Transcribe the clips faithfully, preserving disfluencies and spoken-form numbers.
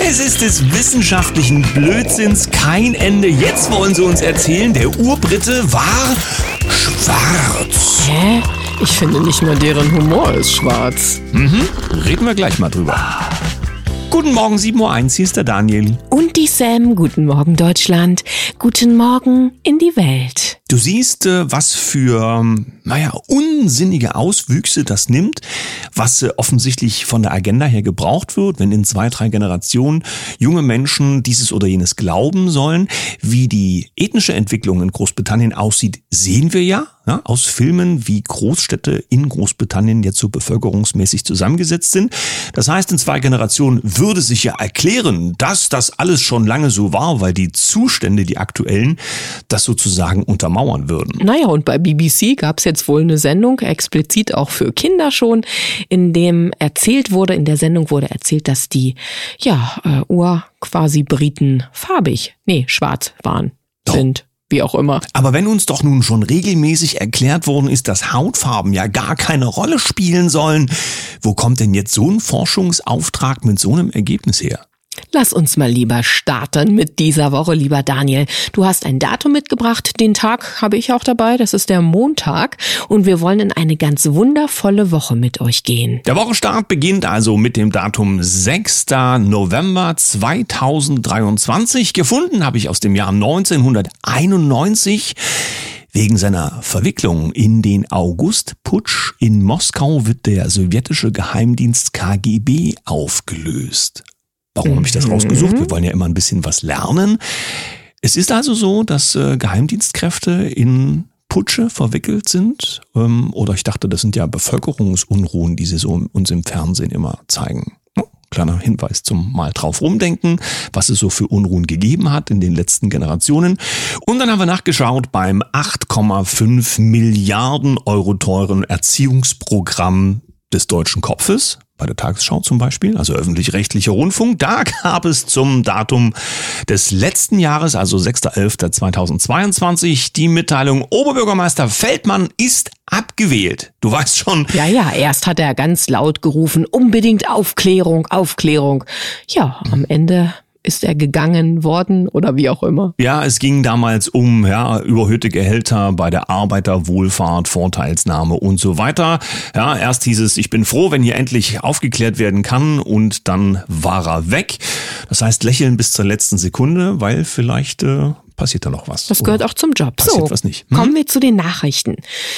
Es ist des wissenschaftlichen Blödsinns kein Ende. Jetzt wollen sie uns erzählen, der Urbrite war schwarz. Hä? Ich finde nicht mal deren Humor ist schwarz. Mhm, reden wir gleich mal drüber. Guten Morgen, sieben Uhr eins, hier ist der Daniel. Und die Sam. Guten Morgen, Deutschland. Guten Morgen in die Welt. Du siehst, was für, naja, unsinnige Auswüchse das nimmt, was offensichtlich von der Agenda her gebraucht wird, wenn in zwei, drei Generationen junge Menschen dieses oder jenes glauben sollen. Wie die ethnische Entwicklung in Großbritannien aussieht, sehen wir ja, ja aus Filmen, wie Großstädte in Großbritannien jetzt so bevölkerungsmäßig zusammengesetzt sind. Das heißt, in zwei Generationen würde sich ja erklären, dass das alles schon lange so war, weil die Zustände, die aktuellen, das sozusagen untermauern würden. Naja, und bei B B C gab es jetzt wohl eine Sendung, explizit auch für Kinder schon, in dem erzählt wurde, in der Sendung wurde erzählt, dass die, ja, äh, Ur quasi Briten farbig, nee, schwarz waren, Doch. sind. Wie auch immer. Aber wenn uns doch nun schon regelmäßig erklärt worden ist, dass Hautfarben ja gar keine Rolle spielen sollen, wo kommt denn jetzt so ein Forschungsauftrag mit so einem Ergebnis her? Lass uns mal lieber starten mit dieser Woche, lieber Daniel. Du hast ein Datum mitgebracht, den Tag habe ich auch dabei, das ist der Montag und wir wollen in eine ganz wundervolle Woche mit euch gehen. Der Wochenstart beginnt also mit dem Datum sechster November zweitausenddreiundzwanzig. Gefunden habe ich aus dem Jahr neunzehnhunderteinundneunzig. Wegen seiner Verwicklung in den Augustputsch in Moskau wird der sowjetische Geheimdienst K G B aufgelöst. Warum habe ich das rausgesucht? Wir wollen ja immer ein bisschen was lernen. Es ist also so, dass äh, Geheimdienstkräfte in Putsche verwickelt sind. Ähm, oder ich dachte, das sind ja Bevölkerungsunruhen, die sie so uns im Fernsehen immer zeigen. Oh, kleiner Hinweis zum mal drauf rumdenken, was es so für Unruhen gegeben hat in den letzten Generationen. Und dann haben wir nachgeschaut beim acht Komma fünf Milliarden Euro teuren Erziehungsprogramm des deutschen Kopfes. Bei der Tagesschau zum Beispiel, also öffentlich-rechtlicher Rundfunk, da gab es zum Datum des letzten Jahres, also sechster elfter zweitausendzweiundzwanzig, die Mitteilung, Oberbürgermeister Feldmann ist abgewählt. Du weißt schon. Ja, ja, erst hat er ganz laut gerufen, unbedingt Aufklärung, Aufklärung. Ja, am Ende ist er gegangen worden oder wie auch immer? Ja, es ging damals um ja, überhöhte Gehälter bei der Arbeiterwohlfahrt, Vorteilsnahme und so weiter. Ja, erst hieß es, ich bin froh, wenn hier endlich aufgeklärt werden kann und dann war er weg. Das heißt, lächeln bis zur letzten Sekunde, weil vielleicht äh, passiert da noch was. Das gehört auch zum Job. Passiert so, was nicht. Hm? Kommen wir zu den Nachrichten.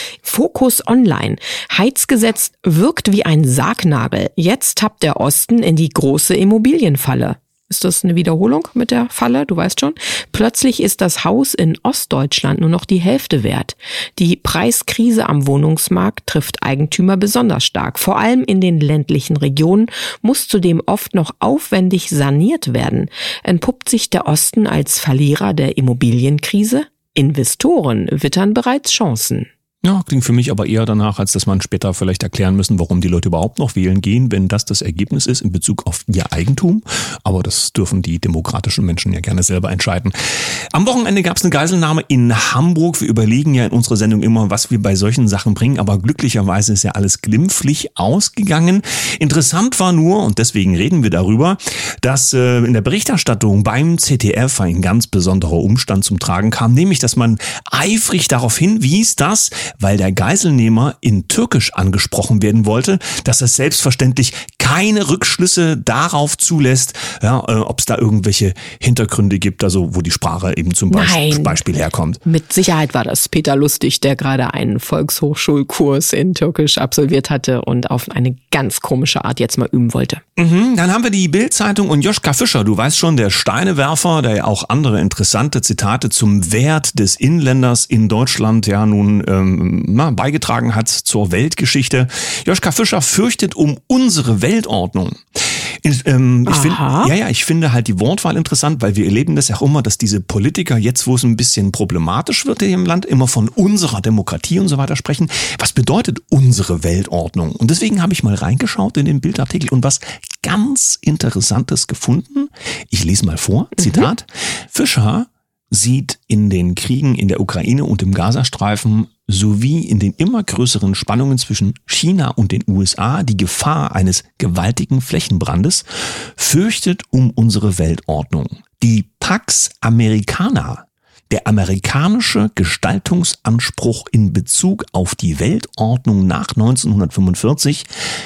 Fokus Online. Heizgesetz wirkt wie ein Sargnagel. Jetzt tappt der Osten in die große Immobilienfalle. Ist das eine Wiederholung mit der Falle? Du weißt schon. Plötzlich ist das Haus in Ostdeutschland nur noch die Hälfte wert. Die Preiskrise am Wohnungsmarkt trifft Eigentümer besonders stark. Vor allem in den ländlichen Regionen muss zudem oft noch aufwendig saniert werden. Entpuppt sich der Osten als Verlierer der Immobilienkrise? Investoren wittern bereits Chancen. Ja, klingt für mich aber eher danach, als dass man später vielleicht erklären müssen, warum die Leute überhaupt noch wählen gehen, wenn das das Ergebnis ist in Bezug auf ihr Eigentum. Aber das dürfen die demokratischen Menschen ja gerne selber entscheiden. Am Wochenende gab es eine Geiselnahme in Hamburg. Wir überlegen ja in unserer Sendung immer, was wir bei solchen Sachen bringen. Aber glücklicherweise ist ja alles glimpflich ausgegangen. Interessant war nur, und deswegen reden wir darüber, dass äh, in der Berichterstattung beim Z D F ein ganz besonderer Umstand zum Tragen kam. Nämlich, dass man eifrig darauf hinwies, dass weil der Geiselnehmer in Türkisch angesprochen werden wollte, dass es selbstverständlich keine Rückschlüsse darauf zulässt, ja, äh, ob es da irgendwelche Hintergründe gibt, also wo die Sprache eben zum Beispiel, Nein. Beispiel herkommt. Mit Sicherheit war das Peter Lustig, der gerade einen Volkshochschulkurs in Türkisch absolviert hatte und auf eine ganz komische Art jetzt mal üben wollte. Mhm, dann haben wir die Bild-Zeitung und Joschka Fischer, du weißt schon, der Steinewerfer, der ja auch andere interessante Zitate zum Wert des Inländers in Deutschland ja nun ähm, na, beigetragen hat zur Weltgeschichte. Joschka Fischer fürchtet um unsere Weltordnung. Ich, ähm, ich find, ja, ja, ich finde halt die Wortwahl interessant, weil wir erleben das ja auch immer, dass diese Politiker jetzt, wo es ein bisschen problematisch wird hier im Land, immer von unserer Demokratie und so weiter sprechen. Was bedeutet unsere Weltordnung? Und deswegen habe ich mal reingeschaut in den Bildartikel und was ganz Interessantes gefunden. Ich lese mal vor, Zitat. Mhm. Fischer sieht in den Kriegen in der Ukraine und im Gazastreifen sowie in den immer größeren Spannungen zwischen China und den U S A die Gefahr eines gewaltigen Flächenbrandes fürchtet um unsere Weltordnung. Die Pax Americana, der amerikanische Gestaltungsanspruch in Bezug auf die Weltordnung nach neunzehnhundertfünfundvierzig,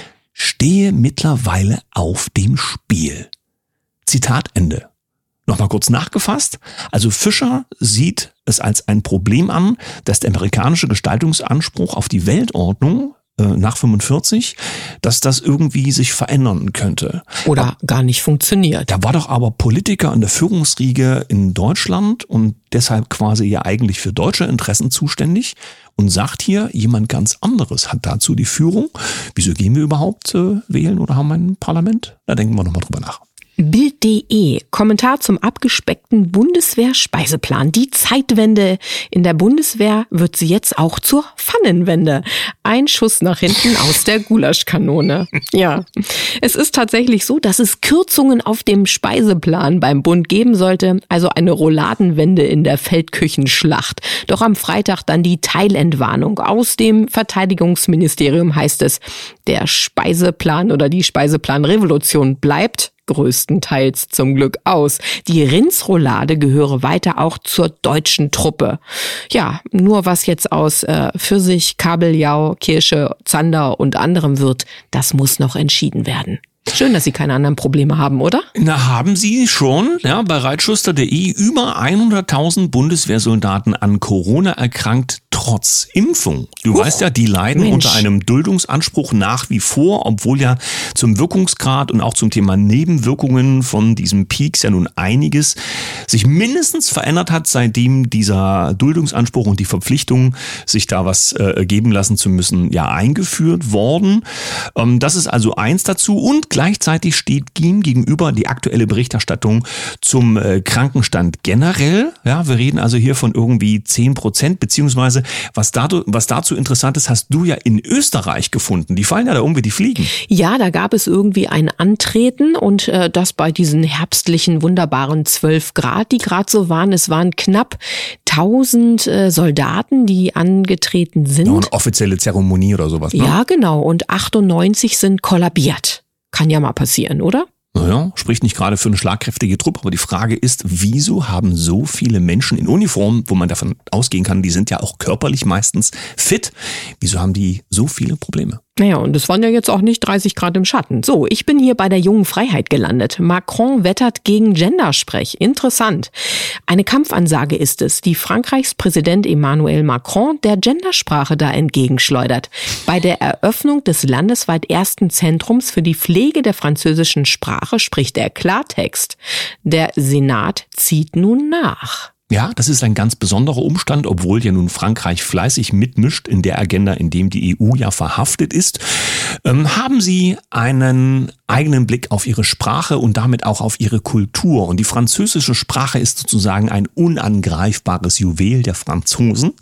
stehe mittlerweile auf dem Spiel. Zitat Ende. Nochmal kurz nachgefasst. Also Fischer sieht es als ein Problem an, dass der amerikanische Gestaltungsanspruch auf die Weltordnung äh, nach fünfundvierzig, dass das irgendwie sich verändern könnte. Oder aber, gar nicht funktioniert. Da war doch aber Politiker in der Führungsriege in Deutschland und deshalb quasi ja eigentlich für deutsche Interessen zuständig und sagt hier, jemand ganz anderes hat dazu die Führung. Wieso gehen wir überhaupt äh, wählen oder haben wir ein Parlament? Da denken wir nochmal drüber nach. Bild punkt de, Kommentar zum abgespeckten Bundeswehr-Speiseplan. Die Zeitwende in der Bundeswehr wird sie jetzt auch zur Pfannenwende. Ein Schuss nach hinten aus der Gulaschkanone. Ja, es ist tatsächlich so, dass es Kürzungen auf dem Speiseplan beim Bund geben sollte, also eine Rouladenwende in der Feldküchenschlacht. Doch am Freitag dann die Teilentwarnung. Aus dem Verteidigungsministerium heißt es, der Speiseplan oder die Speiseplanrevolution bleibt größtenteils zum Glück aus. Die Rindsroulade gehöre weiter auch zur deutschen Truppe. Ja, nur was jetzt aus äh, Pfirsich, Kabeljau, Kirsche, Zander und anderem wird, das muss noch entschieden werden. Schön, dass Sie keine anderen Probleme haben, oder? Na, haben Sie schon. Ja, bei reitschuster punkt de über hunderttausend Bundeswehrsoldaten an Corona erkrankt, trotz Impfung. Du Huch, weißt ja, die leiden Mensch. unter einem Duldungsanspruch nach wie vor, obwohl ja zum Wirkungsgrad und auch zum Thema Nebenwirkungen von diesem Peaks ja nun einiges sich mindestens verändert hat, seitdem dieser Duldungsanspruch und die Verpflichtung, sich da was äh, geben lassen zu müssen, ja eingeführt worden. Ähm, das ist also eins dazu und gleichzeitig steht ihm gegenüber die aktuelle Berichterstattung zum äh, Krankenstand generell. Ja, wir reden also hier von irgendwie zehn Prozent, beziehungsweise was, dazu, was dazu interessant ist, hast du ja in Österreich gefunden. Die fallen ja da um wie die Fliegen. Ja, da gab es irgendwie ein Antreten und äh, das bei diesen herbstlichen, wunderbaren zwölf Grad, die gerade so waren. Es waren knapp tausend äh, Soldaten, die angetreten sind. Ja, eine offizielle Zeremonie oder sowas, ne? Ja, genau. Und achtundneunzig sind kollabiert. Kann ja mal passieren, oder? Naja, spricht nicht gerade für eine schlagkräftige Truppe, aber die Frage ist, wieso haben so viele Menschen in Uniform, wo man davon ausgehen kann, die sind ja auch körperlich meistens fit, wieso haben die so viele Probleme? Naja, und es waren ja jetzt auch nicht dreißig Grad im Schatten. So, ich bin hier bei der jungen Freiheit gelandet. Macron wettert gegen Gendersprech. Interessant. Eine Kampfansage ist es, die Frankreichs Präsident Emmanuel Macron der Gendersprache da entgegenschleudert. Bei der Eröffnung des landesweit ersten Zentrums für die Pflege der französischen Sprache spricht er Klartext. Der Senat zieht nun nach. Ja, das ist ein ganz besonderer Umstand, obwohl ja nun Frankreich fleißig mitmischt in der Agenda, in dem die E U ja verhaftet ist. Ähm, haben Sie einen eigenen Blick auf Ihre Sprache und damit auch auf Ihre Kultur? Und die französische Sprache ist sozusagen ein unangreifbares Juwel der Franzosen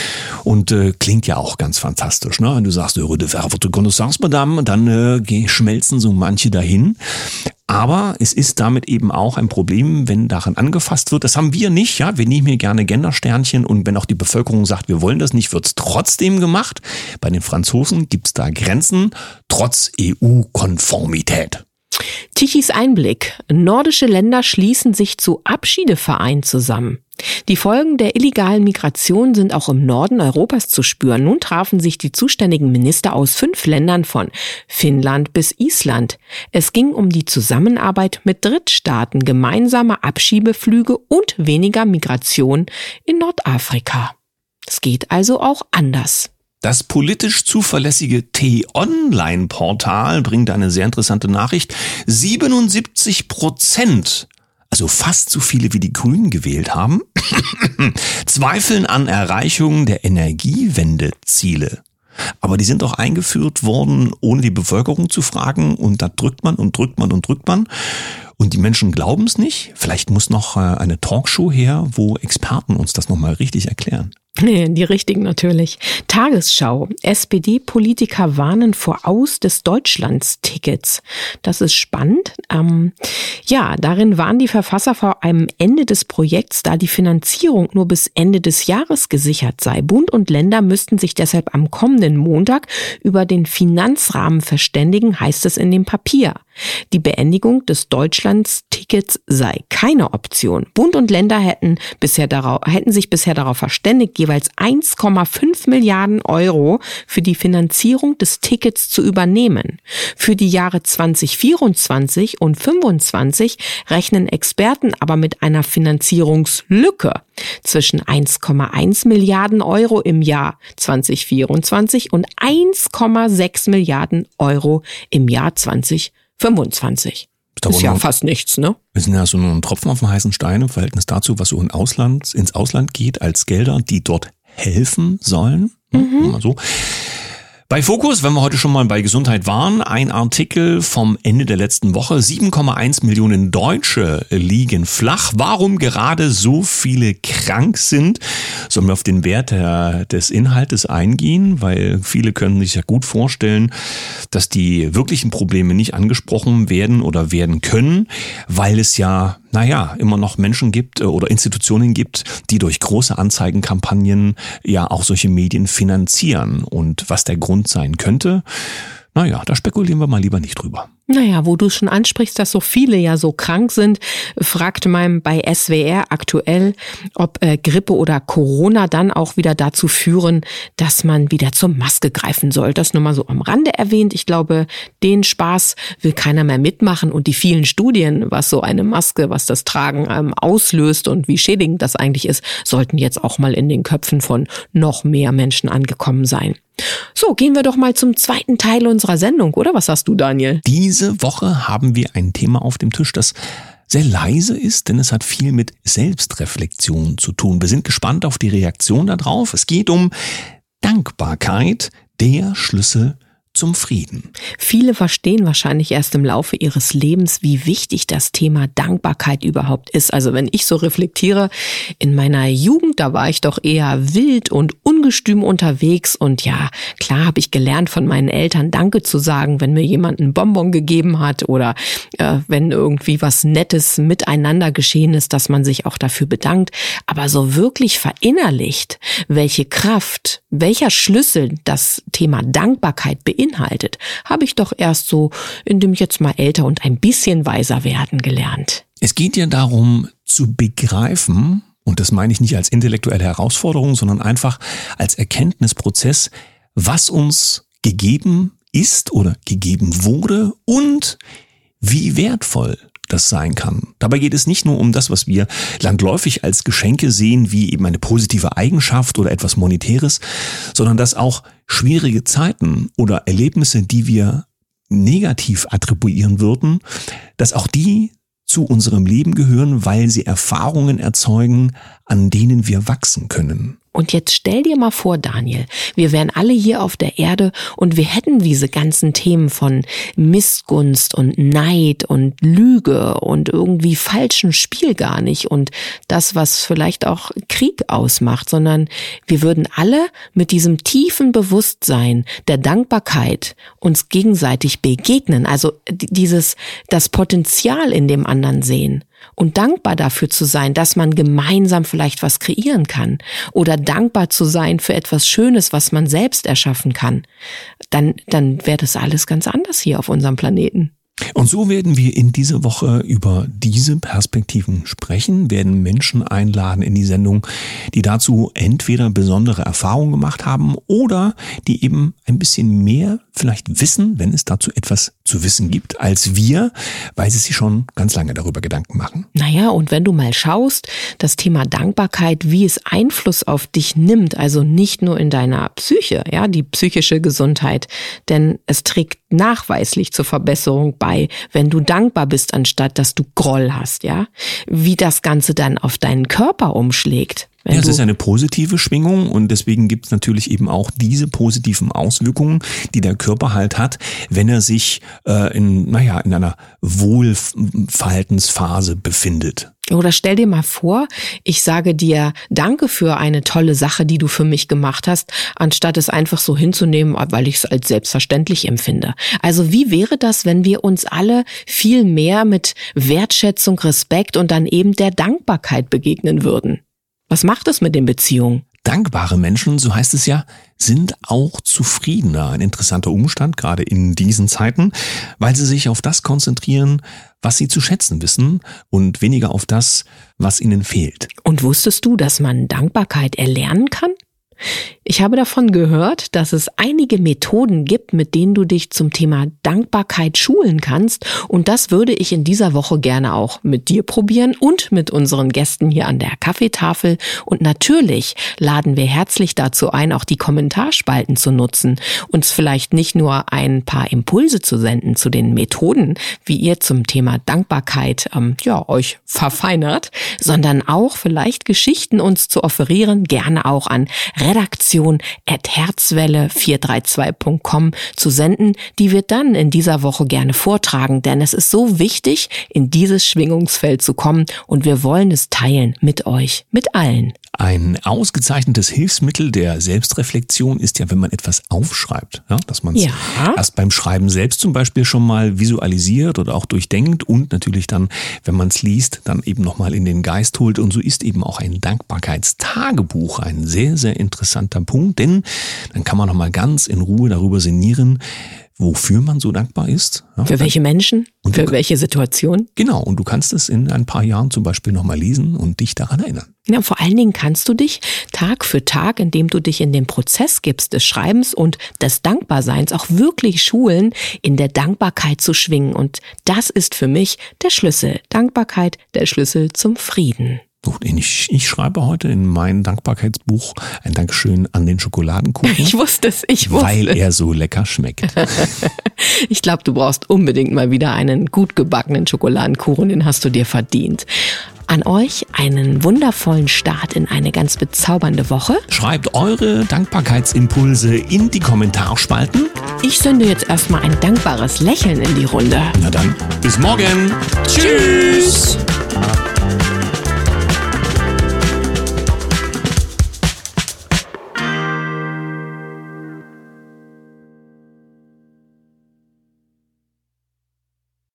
und äh, klingt ja auch ganz fantastisch, ne? Wenn du sagst, Heureux de faire votre connaissance, Madame, dann äh, schmelzen so manche dahin. Aber es ist damit eben auch ein Problem, wenn daran angefasst wird. Das haben wir nicht, ja. Wir nehmen hier gerne Gendersternchen und wenn auch die Bevölkerung sagt, wir wollen das nicht, wird es trotzdem gemacht. Bei den Franzosen gibt es da Grenzen, trotz E U-Konformität. Tichys Einblick. Nordische Länder schließen sich zu Abschiedeverein zusammen. Die Folgen der illegalen Migration sind auch im Norden Europas zu spüren. Nun trafen sich die zuständigen Minister aus fünf Ländern von Finnland bis Island. Es ging um die Zusammenarbeit mit Drittstaaten, gemeinsame Abschiebeflüge und weniger Migration in Nordafrika. Es geht also auch anders. Das politisch zuverlässige T-Online-Portal bringt eine sehr interessante Nachricht. siebenundsiebzig Prozent, also fast so viele wie die Grünen gewählt haben, zweifeln an Erreichung der Energiewendeziele. Aber die sind doch eingeführt worden, ohne die Bevölkerung zu fragen. Und da drückt man und drückt man und drückt man. Und die Menschen glauben es nicht. Vielleicht muss noch eine Talkshow her, wo Experten uns das nochmal richtig erklären. Die richtigen natürlich. Tagesschau. S P D-Politiker warnen vor Aus des Deutschlandstickets. Das ist spannend. Ähm, ja, darin warnen die Verfasser vor einem Ende des Projekts, da die Finanzierung nur bis Ende des Jahres gesichert sei. Bund und Länder müssten sich deshalb am kommenden Montag über den Finanzrahmen verständigen, heißt es in dem Papier. Die Beendigung des Deutschlandstickets sei keine Option. Bund und Länder hätten bisher darauf, hätten sich bisher darauf verständigt, jeweils eins Komma fünf Milliarden Euro für die Finanzierung des Tickets zu übernehmen. Für die Jahre zwanzig vierundzwanzig und fünfundzwanzig rechnen Experten aber mit einer Finanzierungslücke zwischen eins Komma eins Milliarden Euro im Jahr zwanzig vierundzwanzig und eins Komma sechs Milliarden Euro im Jahr zwanzig fünfundzwanzig. Ist ja fast nichts, ne? Wir sind ja so nur ein Tropfen auf dem heißen Stein im Verhältnis dazu, was so in Ausland, ins Ausland geht als Gelder, die dort helfen sollen. Mhm. Mal so. Bei Fokus, wenn wir heute schon mal bei Gesundheit waren, ein Artikel vom Ende der letzten Woche. sieben Komma eins Millionen Deutsche liegen flach. Warum gerade so viele krank sind? Sollen wir auf den Wert der, des Inhaltes eingehen? Weil viele können sich ja gut vorstellen, dass die wirklichen Probleme nicht angesprochen werden oder werden können, weil es ja naja, immer noch Menschen gibt oder Institutionen gibt, die durch große Anzeigenkampagnen ja auch solche Medien finanzieren. Und was der Grund sein könnte, naja, da spekulieren wir mal lieber nicht drüber. Naja, wo du schon ansprichst, dass so viele ja so krank sind, fragte man bei S W R aktuell, ob äh, Grippe oder Corona dann auch wieder dazu führen, dass man wieder zur Maske greifen soll. Das nur mal so am Rande erwähnt. Ich glaube, den Spaß will keiner mehr mitmachen und die vielen Studien, was so eine Maske, was das Tragen ähm, auslöst und wie schädigend das eigentlich ist, sollten jetzt auch mal in den Köpfen von noch mehr Menschen angekommen sein. So, gehen wir doch mal zum zweiten Teil unserer Sendung, oder? Was sagst du, Daniel? Diese Woche haben wir ein Thema auf dem Tisch, das sehr leise ist, denn es hat viel mit Selbstreflexion zu tun. Wir sind gespannt auf die Reaktion darauf. Es geht um Dankbarkeit, der Schlüssel zum Frieden. Viele verstehen wahrscheinlich erst im Laufe ihres Lebens, wie wichtig das Thema Dankbarkeit überhaupt ist. Also wenn ich so reflektiere, in meiner Jugend, da war ich doch eher wild und ungestüm unterwegs und ja, klar habe ich gelernt von meinen Eltern Danke zu sagen, wenn mir jemand einen Bonbon gegeben hat oder äh, wenn irgendwie was Nettes miteinander geschehen ist, dass man sich auch dafür bedankt. Aber so wirklich verinnerlicht, welche Kraft, welcher Schlüssel das Thema Dankbarkeit beinhaltet, Inhaltet, habe ich doch erst so in dem jetzt mal älter und ein bisschen weiser werden gelernt. Es geht ja darum zu begreifen, und das meine ich nicht als intellektuelle Herausforderung, sondern einfach als Erkenntnisprozess, was uns gegeben ist oder gegeben wurde und wie wertvoll das sein kann. Dabei geht es nicht nur um das, was wir landläufig als Geschenke sehen, wie eben eine positive Eigenschaft oder etwas Monetäres, sondern dass auch schwierige Zeiten oder Erlebnisse, die wir negativ attribuieren würden, dass auch die zu unserem Leben gehören, weil sie Erfahrungen erzeugen, an denen wir wachsen können. Und jetzt stell dir mal vor, Daniel, wir wären alle hier auf der Erde und wir hätten diese ganzen Themen von Missgunst und Neid und Lüge und irgendwie falschen Spiel gar nicht und das, was vielleicht auch Krieg ausmacht, sondern wir würden alle mit diesem tiefen Bewusstsein der Dankbarkeit uns gegenseitig begegnen, also dieses, das Potenzial in dem anderen sehen. Und dankbar dafür zu sein, dass man gemeinsam vielleicht was kreieren kann oder dankbar zu sein für etwas Schönes, was man selbst erschaffen kann, dann, dann wäre das alles ganz anders hier auf unserem Planeten. Und so werden wir in dieser Woche über diese Perspektiven sprechen, werden Menschen einladen in die Sendung, die dazu entweder besondere Erfahrungen gemacht haben oder die eben ein bisschen mehr vielleicht wissen, wenn es dazu etwas zu wissen gibt, als wir, weil sie sich schon ganz lange darüber Gedanken machen. Naja, und wenn du mal schaust, das Thema Dankbarkeit, wie es Einfluss auf dich nimmt, also nicht nur in deiner Psyche, ja, die psychische Gesundheit, denn es trägt nachweislich zur Verbesserung bei, wenn du dankbar bist, anstatt dass du Groll hast, ja, wie das Ganze dann auf deinen Körper umschlägt. Wenn Ja, es du ist eine positive Schwingung und deswegen gibt es natürlich eben auch diese positiven Auswirkungen, die der Körper halt hat, wenn er sich äh, in, naja, in einer Wohlverhaltensphase befindet. Oder stell dir mal vor, ich sage dir Danke für eine tolle Sache, die du für mich gemacht hast, anstatt es einfach so hinzunehmen, weil ich es als selbstverständlich empfinde. Also wie wäre das, wenn wir uns alle viel mehr mit Wertschätzung, Respekt und dann eben der Dankbarkeit begegnen würden? Was macht es mit den Beziehungen? Dankbare Menschen, so heißt es ja, sind auch zufriedener. Ein interessanter Umstand, gerade in diesen Zeiten, weil sie sich auf das konzentrieren, was sie zu schätzen wissen und weniger auf das, was ihnen fehlt. Und wusstest du, dass man Dankbarkeit erlernen kann? Ich habe davon gehört, dass es einige Methoden gibt, mit denen du dich zum Thema Dankbarkeit schulen kannst. Und das würde ich in dieser Woche gerne auch mit dir probieren und mit unseren Gästen hier an der Kaffeetafel. Und natürlich laden wir herzlich dazu ein, auch die Kommentarspalten zu nutzen, uns vielleicht nicht nur ein paar Impulse zu senden zu den Methoden, wie ihr zum Thema Dankbarkeit ähm, ja euch verfeinert, sondern auch vielleicht Geschichten uns zu offerieren, gerne auch an redaktion at herzwelle vier drei zwei punkt com zu senden, die wir dann in dieser Woche gerne vortragen, denn es ist so wichtig, in dieses Schwingungsfeld zu kommen und wir wollen es teilen mit euch, mit allen. Ein ausgezeichnetes Hilfsmittel der Selbstreflexion ist ja, wenn man etwas aufschreibt, ja, dass man es Ja. erst beim Schreiben selbst zum Beispiel schon mal visualisiert oder auch durchdenkt und natürlich dann, wenn man es liest, dann eben nochmal in den Geist holt. Und so ist eben auch ein Dankbarkeitstagebuch ein sehr, sehr interessanter Punkt, denn dann kann man nochmal ganz in Ruhe darüber sinnieren, wofür man so dankbar ist. Ja, Für welche Menschen? Und Für du- welche Situation? Genau, und du kannst es in ein paar Jahren zum Beispiel nochmal lesen und dich daran erinnern. Ja, vor allen Dingen kannst du dich Tag für Tag, indem du dich in den Prozess gibst des Schreibens und des Dankbarseins, auch wirklich schulen, in der Dankbarkeit zu schwingen. Und das ist für mich der Schlüssel. Dankbarkeit, der Schlüssel zum Frieden. Gut, ich, ich schreibe heute in mein Dankbarkeitsbuch ein Dankeschön an den Schokoladenkuchen, Ich wusste es, ich wusste weil es. er so lecker schmeckt. Ich glaube, du brauchst unbedingt mal wieder einen gut gebackenen Schokoladenkuchen, den hast du dir verdient. An euch einen wundervollen Start in eine ganz bezaubernde Woche. Schreibt eure Dankbarkeitsimpulse in die Kommentarspalten. Ich sende jetzt erstmal ein dankbares Lächeln in die Runde. Na dann, bis morgen. Tschüss.